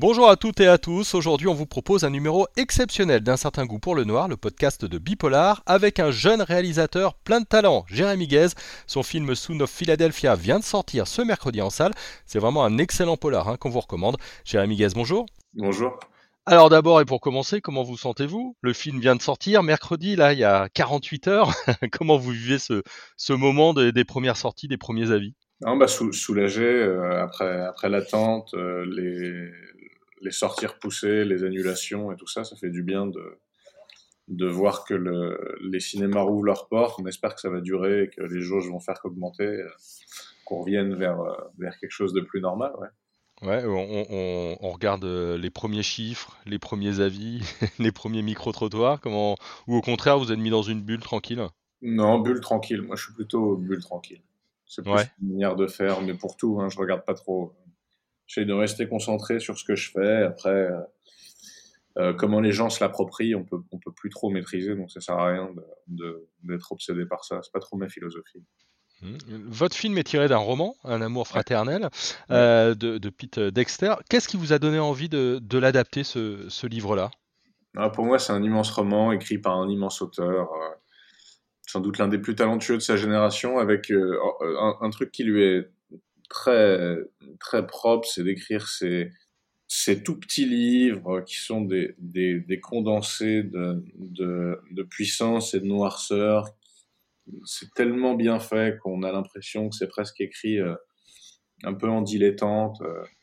Bonjour à toutes et à tous, aujourd'hui on vous propose un numéro exceptionnel d'un certain goût pour le noir, le podcast de Bipolar, avec un jeune réalisateur plein de talent, Jérémy Guez. Son film Sound of Philadelphia vient de sortir ce mercredi en salle, c'est vraiment un excellent polar qu'on vous recommande. Jérémy Guez, bonjour. Bonjour. Alors d'abord et pour commencer, comment vous sentez-vous? Le film vient de sortir mercredi, là il y a 48 heures. Comment vous vivez ce moment des premières sorties, des premiers avis? Non, bah, soulagé après l'attente, les sorties repoussées, les annulations et tout ça, ça fait du bien de voir que les cinémas rouvrent leurs portes. On espère que ça va durer et que les jauges vont faire qu'augmenter, qu'on revienne vers quelque chose de plus normal. Ouais. Ouais, on regarde les premiers chiffres, les premiers avis, les premiers micro-trottoirs, ou au contraire, vous êtes mis dans une bulle tranquille. Non, bulle tranquille. Moi, je suis plutôt bulle tranquille. C'est plus Ouais, une manière de faire, mais pour tout, hein, je regarde pas trop. J'essaie de rester concentré sur ce que je fais. Après, comment les gens se l'approprient, on peut plus trop maîtriser, donc ça sert à rien d'être obsédé par ça. C'est pas trop ma philosophie. Votre film est tiré d'un roman, Un amour Ouais, fraternel, ouais. de Pete Dexter. Qu'est-ce qui vous a donné envie de l'adapter, ce livre-là? Ah, pour moi, c'est un immense roman écrit par un immense auteur, sans doute l'un des plus talentueux de sa génération, avec un truc qui lui est très très propre, c'est d'écrire ces tout petits livres qui sont des condensés de puissance et de noirceur. C'est tellement bien fait qu'on a l'impression que c'est presque écrit un peu en dilettante.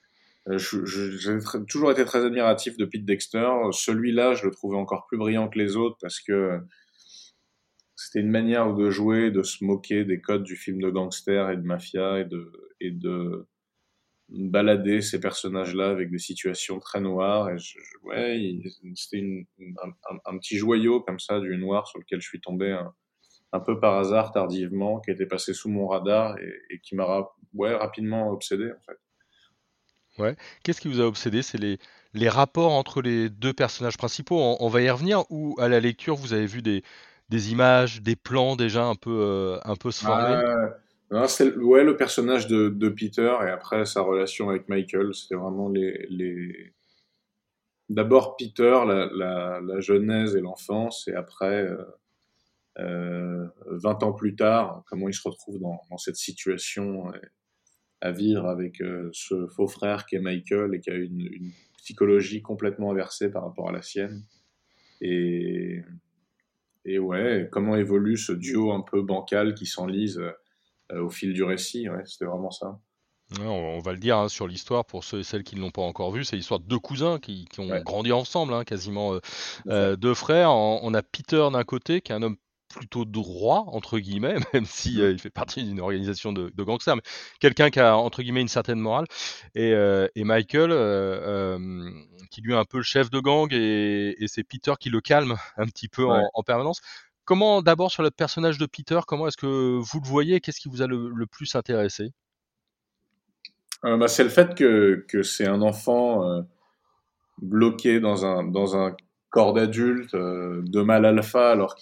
J'ai toujours été très admiratif de Pete Dexter. Celui-là, je le trouvais encore plus brillant que les autres parce que c'était une manière de jouer, de se moquer des codes du film de gangster et de mafia et de balader ces personnages-là avec des situations très noires. Ouais, c'était un petit joyau comme ça du noir sur lequel je suis tombé un peu par hasard tardivement, qui était passé sous mon radar et qui m'a ouais, rapidement obsédé en fait. Ouais. Qu'est-ce qui vous a obsédé? C'est les rapports entre les deux personnages principaux. On va y revenir. Ou à la lecture, vous avez vu des images, des plans déjà un peu se former? Ah, non, c'est ouais, le personnage de Peter et après sa relation avec Michael, c'était vraiment d'abord Peter, la genèse et l'enfance, et après, 20 ans plus tard, comment il se retrouve dans cette situation à vivre avec ce faux frère qui est Michael et qui a une psychologie complètement inversée par rapport à la sienne. Et, et ouais, comment évolue ce duo un peu bancal qui s'enlise au fil du récit, ouais, c'était vraiment ça. Ouais, on va le dire sur l'histoire pour ceux et celles qui ne l'ont pas encore vu. C'est l'histoire de deux cousins qui ont Ouais, grandi ensemble, quasiment tout à fait. deux frères. On a Peter d'un côté, qui est un homme plutôt droit, entre guillemets, même si Mm. il fait partie d'une organisation de gangsters, mais quelqu'un qui a, entre guillemets, une certaine morale. Et Michael, qui lui est un peu le chef de gang, et c'est Peter qui le calme un petit peu Ouais. en permanence. Comment, d'abord sur le personnage de Peter, comment est-ce que vous le voyez? Qu'est-ce qui vous a le plus intéressé? Bah, c'est le fait que c'est un enfant bloqué dans un corps d'adulte de mâle alpha alors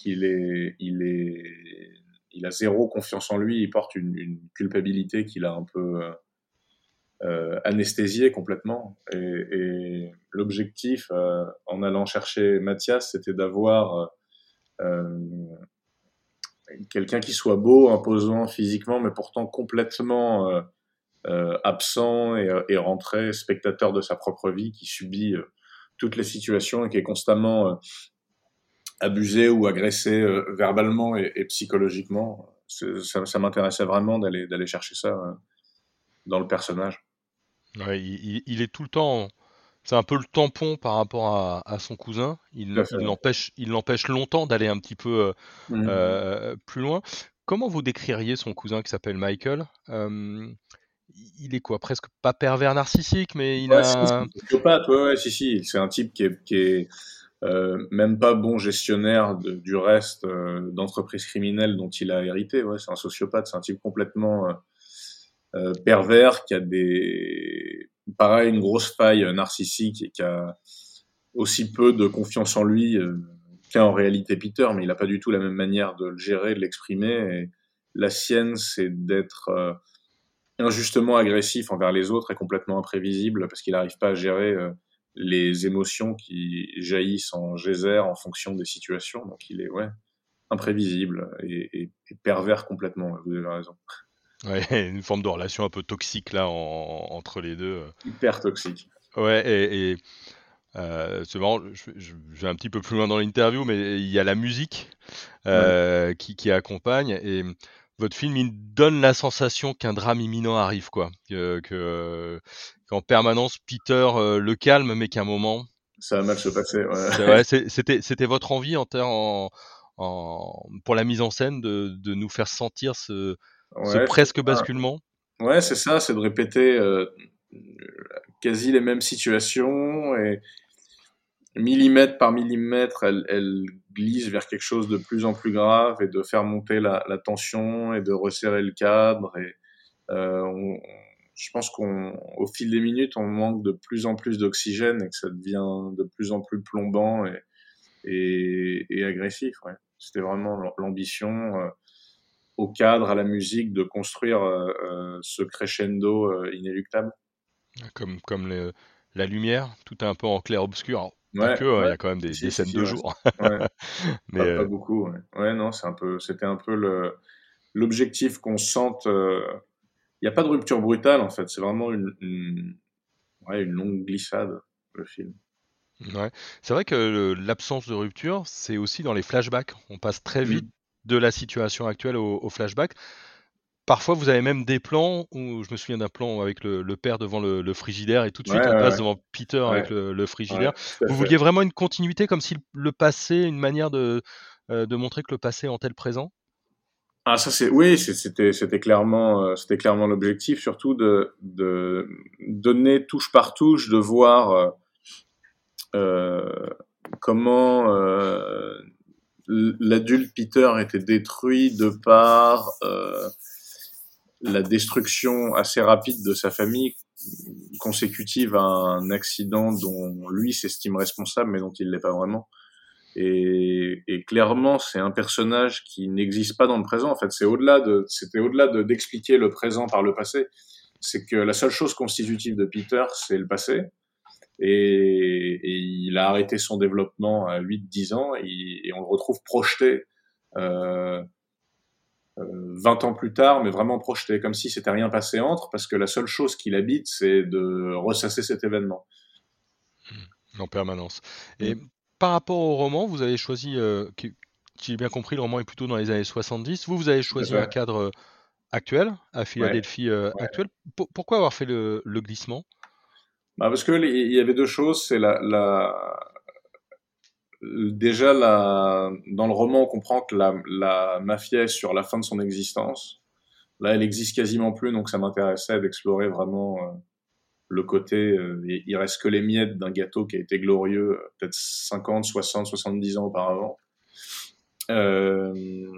il a zéro confiance en lui, il porte une culpabilité qu'il a un peu anesthésié complètement. Et l'objectif, en allant chercher Mathias, c'était d'avoir euh, quelqu'un qui soit beau, imposant physiquement, mais pourtant complètement absent et rentré, spectateur de sa propre vie, qui subit toutes les situations et qui est constamment abusé ou agressé verbalement et psychologiquement. Ça m'intéressait vraiment d'aller chercher ça dans le personnage. Ouais, il est tout le temps. C'est un peu le tampon par rapport à son cousin. Tout à fait. Il l'empêche longtemps d'aller un petit peu Mhm. plus loin. Comment vous décririez son cousin qui s'appelle Michael? Il est quoi? Presque pas pervers narcissique, mais il Ouais, si, c'est a. un sociopathe, ouais, ouais, si, si. C'est un type qui est même pas bon gestionnaire du reste d'entreprises criminelles dont il a hérité. Ouais, c'est un sociopathe, c'est un type complètement pervers qui a pareil, une grosse faille narcissique et qui a aussi peu de confiance en lui qu'a en réalité Peter, mais il n'a pas du tout la même manière de le gérer, de l'exprimer. Et la sienne, c'est d'être injustement agressif envers les autres et complètement imprévisible parce qu'il n'arrive pas à gérer les émotions qui jaillissent en geyser en fonction des situations. Donc il est imprévisible et pervers complètement. Vous avez raison. Ouais, une forme de relation un peu toxique là entre les deux. Hyper toxique. Ouais, c'est marrant, je vais un petit peu plus loin dans l'interview, mais il y a la musique Ouais. qui accompagne et votre film, il donne la sensation qu'un drame imminent arrive, quoi. Qu'en permanence, Peter le calme, mais qu'à un moment, Ça va mal se passer. ouais, c'était votre envie pour la mise en scène de nous faire sentir ce Ouais, c'est presque ça. basculement. Ouais, c'est ça, c'est de répéter quasi les mêmes situations et millimètre par millimètre, elle glisse vers quelque chose de plus en plus grave et de faire monter la tension et de resserrer le cadre. Et je pense qu'au fil des minutes, on manque de plus en plus d'oxygène et que ça devient de plus en plus plombant et agressif. Ouais. C'était vraiment l'ambition au cadre, à la musique, de construire ce crescendo inéluctable. Comme la lumière, tout est un peu en clair-obscur. Alors, pas Ouais, que, hein, il ouais, y a quand même des scènes si, de ouais. jour. Ouais, Mais pas beaucoup. Ouais, ouais non, c'était un peu l'objectif qu'on sente. Il n'y a pas de rupture brutale en fait, c'est vraiment une longue glissade, le film. ouais. C'est vrai que l'absence de rupture, c'est aussi dans les flashbacks. On passe très vite Mm. de la situation actuelle au flashback. Parfois, vous avez même des plans où je me souviens d'un plan avec le père devant le frigidaire et tout de Ouais, suite on ouais, passe devant Peter ouais, avec le ouais, frigidaire. tout à Vous fait. vouliez vraiment une continuité comme si le passé, une manière de montrer que le passé hantait le présent? Ah ça c'était clairement l'objectif, surtout de donner touche par touche, de voir comment l'adulte Peter était détruit de par la destruction assez rapide de sa famille consécutive à un accident dont lui s'estime responsable mais dont il l'est pas vraiment. Et clairement, c'est un personnage qui n'existe pas dans le présent. En fait, c'était au-delà d'expliquer le présent par le passé. C'est que la seule chose constitutive de Peter, c'est le passé. Et il a arrêté son développement à 8-10 ans et on le retrouve projeté euh, 20 ans plus tard, mais vraiment projeté, comme si c'était rien passé entre, parce que la seule chose qui l'habite, c'est de ressasser cet événement. En permanence. Et Mm. par rapport au roman, vous avez choisi, si j'ai bien compris, le roman est plutôt dans les années 70. Vous avez Tout à choisi un fait. cadre actuel, à Ouais. Philadelphie Ouais. actuelle. Pourquoi avoir fait le glissement? Bah parce que il y avait deux choses, c'est déjà dans le roman on comprend que la mafia est sur la fin de son existence. Là, elle existe quasiment plus, donc ça m'intéressait d'explorer vraiment le côté. Il reste que les miettes d'un gâteau qui a été glorieux, peut-être 50, 60, 70 ans auparavant. Euh,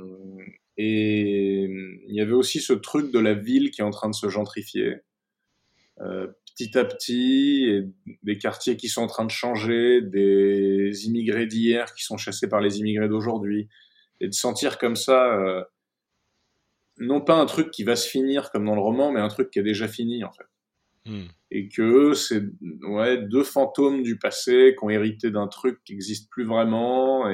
et il y avait aussi ce truc de la ville qui est en train de se gentrifier petit à petit, et des quartiers qui sont en train de changer, des immigrés d'hier qui sont chassés par les immigrés d'aujourd'hui, et de sentir comme ça, non pas un truc qui va se finir comme dans le roman, mais un truc qui est déjà fini en fait. Hmm. Et que c'est deux fantômes du passé qui ont hérité d'un truc qui n'existe plus vraiment,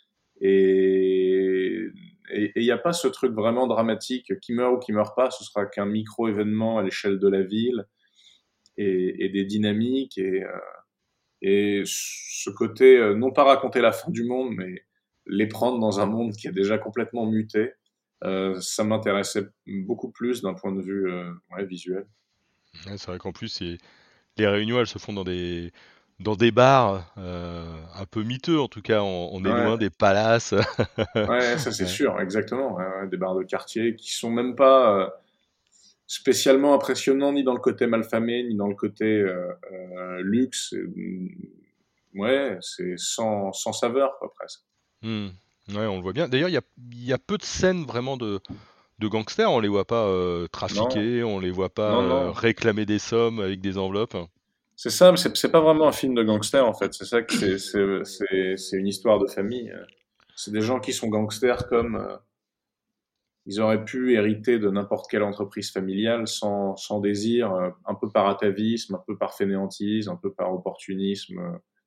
et il n'y a pas ce truc vraiment dramatique qui meurt ou qui meurt pas, ce sera qu'un micro événement à l'échelle de la ville et des dynamiques et ce côté, non pas raconter la fin du monde, mais les prendre dans un monde qui est déjà complètement muté, ça m'intéressait beaucoup plus d'un point de vue visuel. Ouais, c'est vrai qu'en plus, les réunions, elles se font dans des bars un peu miteux, en tout cas. On est Ouais, loin des palaces. ouais, ça c'est Ouais. sûr, exactement. Ouais, ouais, des bars de quartier qui sont même pas spécialement impressionnants ni dans le côté malfamé, ni dans le côté luxe. Ouais, c'est sans saveur, quoi, presque. Hmm. Ouais, on le voit bien. D'ailleurs, il y a peu de scènes vraiment de gangsters. On les voit pas Non, trafiquer, on les voit pas non, non. réclamer des sommes avec des enveloppes. C'est ça, mais c'est pas vraiment un film de gangster en fait. C'est ça que c'est une histoire de famille. C'est des gens qui sont gangsters comme ils auraient pu hériter de n'importe quelle entreprise familiale sans désir, un peu par atavisme, un peu par fainéantise, un peu par opportunisme,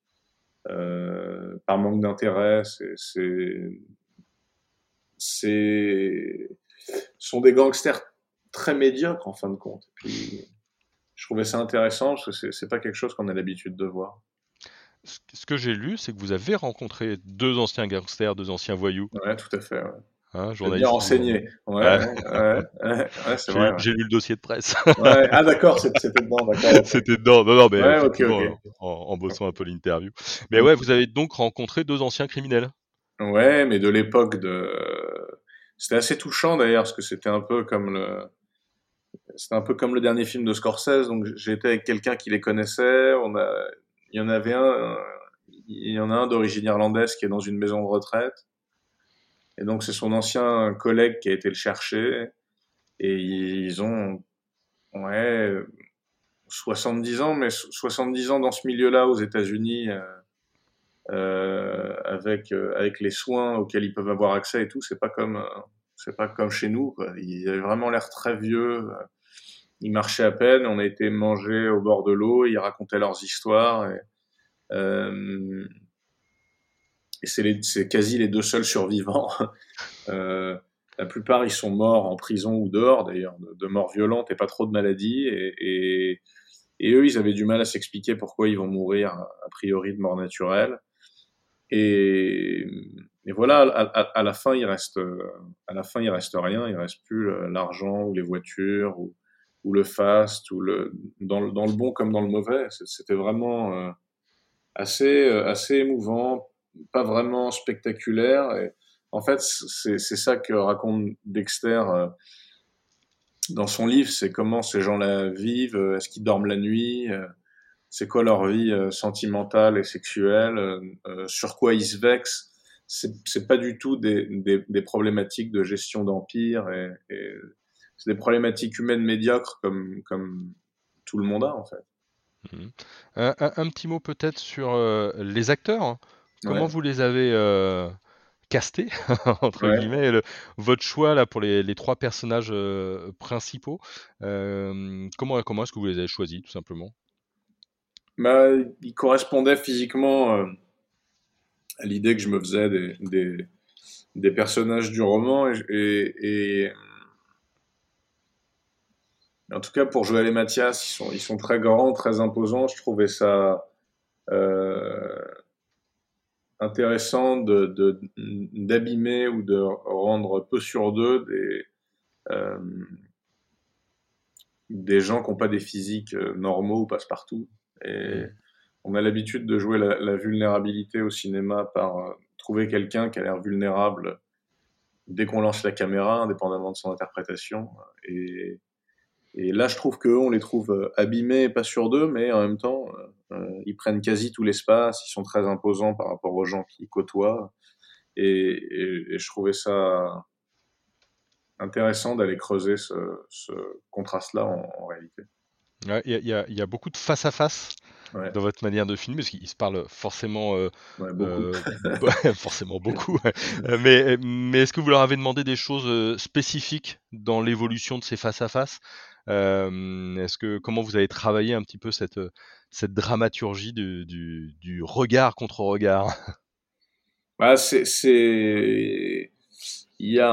par manque d'intérêt. Ce sont des gangsters très médiocres en fin de compte. Et puis, je trouvais ça intéressant parce que c'est pas quelque chose qu'on a l'habitude de voir. Ce que j'ai lu, c'est que vous avez rencontré deux anciens gangsters, deux anciens voyous, Ouais, tout à fait. Ouais. hein, Vous êtes bien journalistes qui vous ont... renseigné. Ouais, Ah, ouais, c'est vrai. Ouais. j'ai lu le dossier de presse. Ouais. Ah d'accord, c'était dedans, d'accord, ok. C'était dedans. Non, non, mais Ouais, ok, effectivement, ok. en bossant un peu l'interview. Mais ouais, Ok. vous avez donc rencontré deux anciens criminels. Ouais, mais de l'époque de... C'était assez touchant d'ailleurs, parce que c'était un peu comme le dernier film de Scorsese, donc j'étais avec quelqu'un qui les connaissait, il y en avait il y en a un d'origine irlandaise qui est dans une maison de retraite, et donc c'est son ancien collègue qui a été le chercher, et ils ont, ouais, 70 ans, mais 70 ans dans ce milieu-là aux États-Unis, avec les soins auxquels ils peuvent avoir accès et tout, c'est pas comme chez nous, quoi. Ils avaient vraiment l'air très vieux. Ils marchaient à peine. On a été manger au bord de l'eau. Ils racontaient leurs histoires. Euh, et c'est quasi les deux seuls survivants. Euh, la plupart, ils sont morts en prison ou dehors, d'ailleurs, de morts violentes et pas trop de maladies. Et eux, ils avaient du mal à s'expliquer pourquoi ils vont mourir, a priori, de mort naturelle. Et, et voilà, à la fin, à la fin, il reste rien. Il reste plus l'argent ou les voitures ou le fast dans le bon comme dans le mauvais. C'était vraiment assez émouvant, pas vraiment spectaculaire. Et en fait, c'est ça que raconte Dexter dans son livre, c'est comment ces gens-là vivent, est-ce qu'ils dorment la nuit, c'est quoi leur vie sentimentale et sexuelle, sur quoi ils se vexent. C'est pas du tout des problématiques de gestion d'empire et c'est des problématiques humaines médiocres comme tout le monde a en fait. Mhm. Un petit mot peut-être sur les acteurs, hein. Comment Ouais, vous les avez castés, entre ouais. guillemets, votre choix là pour les trois personnages principaux. Comment est-ce que vous les avez choisis, tout simplement? Bah, il correspondait physiquement à l'idée que je me faisais des personnages du roman et en tout cas pour Joël et Mathias, ils sont très grands, très imposants. Je trouvais ça euh, intéressant d'abîmer ou de rendre peu sur deux euh, des gens qui n'ont pas des physiques normaux ou passe-partout. Et Mhm. on a l'habitude de jouer la vulnérabilité au cinéma par trouver quelqu'un qui a l'air vulnérable dès qu'on lance la caméra, indépendamment de son interprétation. Et, et là, je trouve qu'eux, on les trouve abîmés, pas sur deux, mais en même temps, ils prennent quasi tout l'espace, ils sont très imposants par rapport aux gens qui côtoient. Et je trouvais ça intéressant d'aller creuser ce contraste-là en réalité. Ouais, il y a beaucoup de face à face Ouais, dans votre manière de filmer, parce qu'ils se parlent forcément, ouais, beaucoup. forcément beaucoup, ouais. Mais est-ce que vous leur avez demandé des choses spécifiques dans l'évolution de ces face-à-face? Comment vous avez travaillé un petit peu cette dramaturgie du regard contre regard? Bah, il y a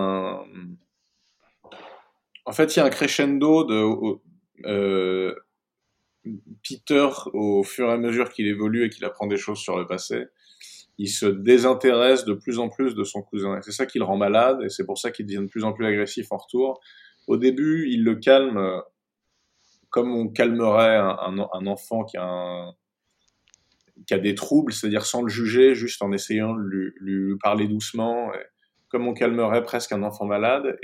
en fait, il y a un crescendo euh, Peter, au fur et à mesure qu'il évolue et qu'il apprend des choses sur le passé, il se désintéresse de plus en plus de son cousin. Et c'est ça qui le rend malade, et c'est pour ça qu'il devient de plus en plus agressif en retour. Au début, il le calme comme on calmerait un enfant qui a des troubles, c'est-à-dire sans le juger, juste en essayant de lui parler doucement, et comme on calmerait presque un enfant malade.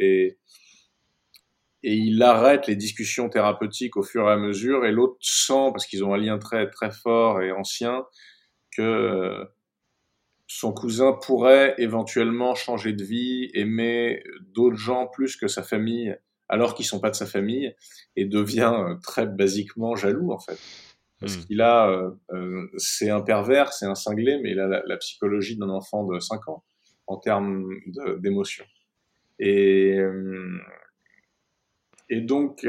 Et il arrête les discussions thérapeutiques au fur et à mesure, et l'autre sent, parce qu'ils ont un lien très, très fort et ancien, que son cousin pourrait éventuellement changer de vie, aimer d'autres gens plus que sa famille, alors qu'ils sont pas de sa famille, et devient très basiquement jaloux en fait. Parce Hmm. qu'il a, c'est un pervers, c'est un cinglé, mais il a la psychologie d'un enfant de 5 ans en termes d'émotion. Et, euh, et donc,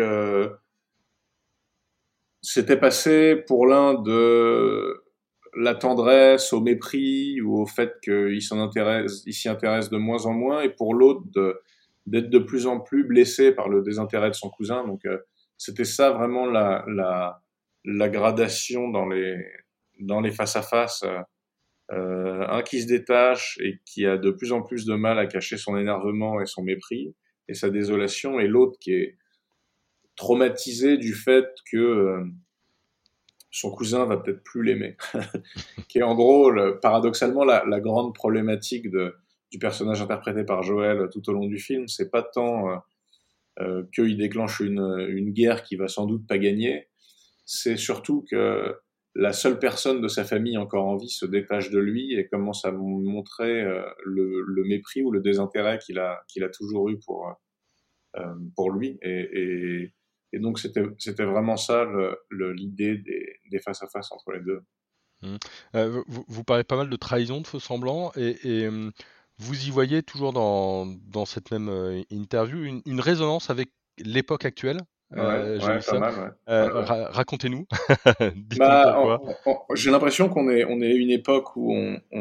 c'était passé pour l'un de la tendresse au mépris ou au fait il s'y intéresse de moins en moins, et pour l'autre d'être de plus en plus blessé par le désintérêt de son cousin. Donc c'était ça vraiment la gradation dans les face à face. Un qui se détache et qui a de plus en plus de mal à cacher son énervement et son mépris et sa désolation, et l'autre qui est traumatisé du fait que son cousin va peut-être plus l'aimer. Qui est en gros, paradoxalement, la grande problématique du personnage interprété par Joël tout au long du film. C'est pas tant qu'il déclenche une guerre qui va sans doute pas gagner, c'est surtout que la seule personne de sa famille encore en vie se détache de lui et commence à montrer le mépris ou le désintérêt qu'il a toujours eu pour lui. Et donc c'était vraiment ça l'idée des face-à-face entre les deux. Mmh. Vous parlez pas mal de trahison, de faux semblants, vous y voyez toujours dans cette même interview une résonance avec l'époque actuelle. Ouais, J'ai ouais, lu pas ça. mal, ouais. Ouais, ouais. Racontez-nous. Dites-nous Bah, pourquoi. j'ai l'impression qu'on est une époque où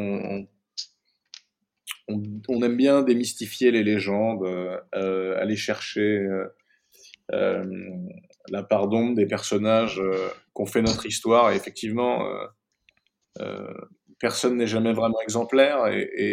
on aime bien démystifier les légendes, aller chercher euh, la part d'ombre des personnages qu'ont fait notre histoire. Et effectivement, euh, personne n'est jamais vraiment exemplaire.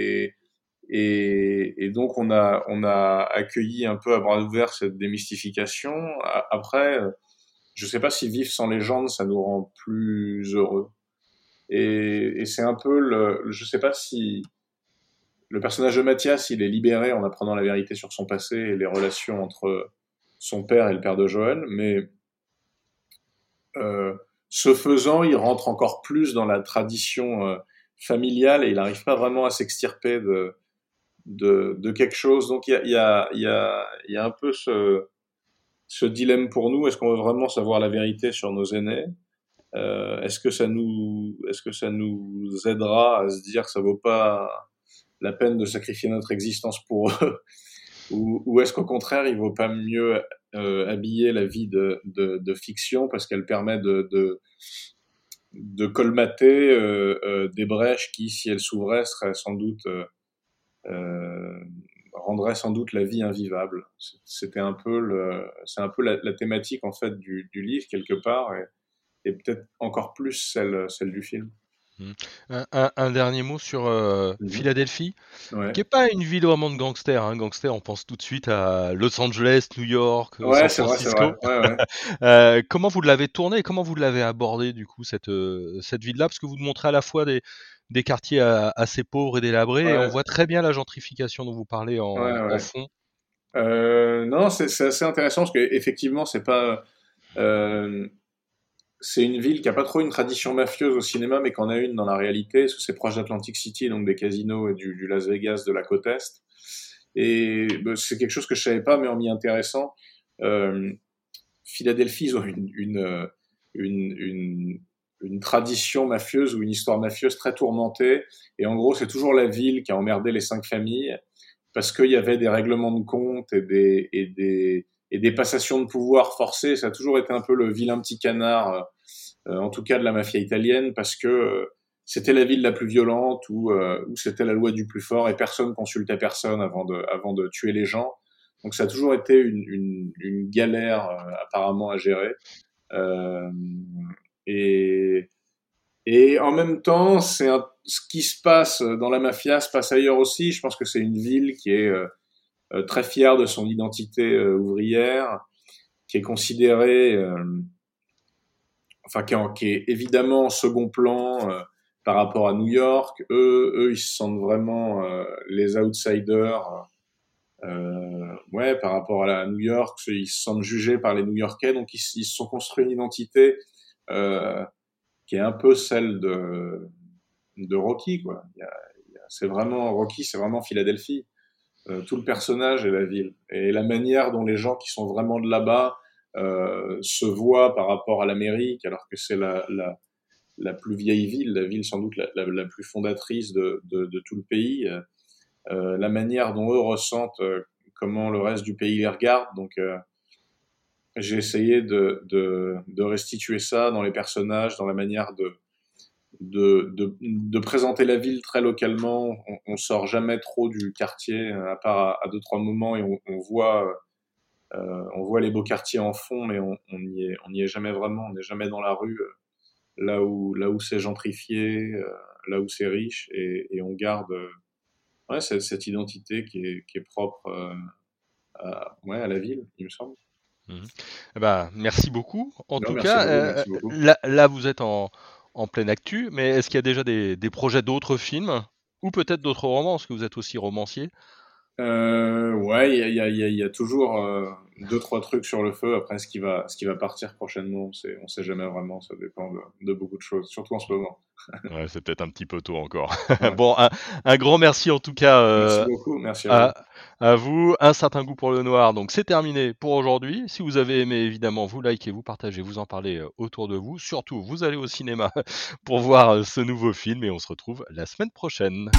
Et donc, on a accueilli un peu à bras ouverts cette démystification. Après, je sais pas si vivre sans légende, ça nous rend plus heureux. Et c'est un peu je sais pas si le personnage de Mathias, il est libéré en apprenant la vérité sur son passé et les relations entre son père et le père de Joël, mais euh, ce faisant, il rentre encore plus dans la tradition familiale et il n'arrive pas vraiment à s'extirper de quelque chose. Donc il y a un peu ce dilemme pour nous. Est-ce qu'on veut vraiment savoir la vérité sur nos aînés? Est-ce que ça nous aidera à se dire que ça vaut pas la peine de sacrifier notre existence pour eux? Ou est-ce qu'au contraire, il vaut pas mieux habiller la vie de fiction parce qu'elle permet de colmater des brèches qui, si elles s'ouvraient, seraient sans doute euh, rendraient sans doute la vie invivable. C'est un peu la thématique en fait du livre quelque part, et peut-être encore plus celle du film. Mmh. Un dernier mot sur Mhm. Philadelphie, qui Ouais. est pas une ville vraiment de gangsters, hein. Gangsters, on pense tout de suite à Los Angeles, New York, Ouais, San c'est vrai. Francisco. Ouais, ouais. Comment vous l'avez tourné et comment vous l'avez abordé du coup cette ville-là? Parce que vous montrez à la fois des quartiers assez pauvres et délabrés, et on Ouais, voit très bien la gentrification dont vous parlez ouais, en ouais. fond. Non, c'est assez intéressant parce qu'effectivement, c'est pas. Euh, c'est une ville qui a pas trop une tradition mafieuse au cinéma, mais qu'en a une dans la réalité, parce que c'est proche d'Atlantic City, donc des casinos et du Las Vegas de la côte Est. Et bah, c'est quelque chose que je savais pas, mais en m'y intéressant, euh, Philadelphie, ils ont une, une, une tradition mafieuse ou une histoire mafieuse très tourmentée. Et en gros, c'est toujours la ville qui a emmerdé les cinq familles parce qu'il y avait des règlements de compte et des passations de pouvoir forcées. Ça a toujours été un peu le vilain petit canard, en tout cas de la mafia italienne, parce que c'était la ville la plus violente où c'était la loi du plus fort et personne consultait personne avant de tuer les gens. Donc ça a toujours été une galère apparemment à gérer. Euh, et, et en même temps, ce qui se passe dans la mafia se passe ailleurs aussi. Je pense que c'est une ville qui est très fière de son identité ouvrière, qui est considérée, enfin qui est évidemment en second plan par rapport à New York. Ils se sentent vraiment les outsiders. Ouais, par rapport à New York, ils se sentent jugés par les New-Yorkais, donc ils se sont construits une identité euh, qui est un peu celle de Rocky, quoi. C'est vraiment Rocky, c'est vraiment Philadelphie. Tout le personnage et la ville. Et la manière dont les gens qui sont vraiment de là-bas se voient par rapport à l'Amérique, alors que c'est la plus vieille ville, la ville sans doute la plus fondatrice de tout le pays. La manière dont eux ressentent comment le reste du pays les regarde. Donc j'ai essayé de restituer ça dans les personnages, dans la manière de présenter la ville très localement. On sort jamais trop du quartier, à part à deux, trois moments, et on voit les beaux quartiers en fond, mais on y est jamais vraiment. On n'est jamais dans la rue, là où c'est gentrifié, là où c'est riche, et on garde ouais, cette identité qui est propre à la ville, il me semble. Mhm. Eh ben, merci beaucoup. En Non, tout merci cas, beaucoup, merci beaucoup. là, vous êtes en pleine actu, mais est-ce qu'il y a déjà des projets d'autres films ou peut-être d'autres romans, parce que vous êtes aussi romancier? Ouais, il y a toujours deux, trois trucs sur le feu. Après, ce qui va partir prochainement, on sait jamais vraiment. Ça dépend de beaucoup de choses, surtout en ce moment. Ouais, c'est peut-être un petit peu tôt encore. Ouais. Bon, un grand merci en tout cas Merci beaucoup, merci à vous. à, à vous. Un certain goût pour le noir. Donc c'est terminé pour aujourd'hui. Si vous avez aimé, évidemment, vous likez, vous partagez, vous en parlez autour de vous. Surtout, vous allez au cinéma pour voir ce nouveau film et on se retrouve la semaine prochaine.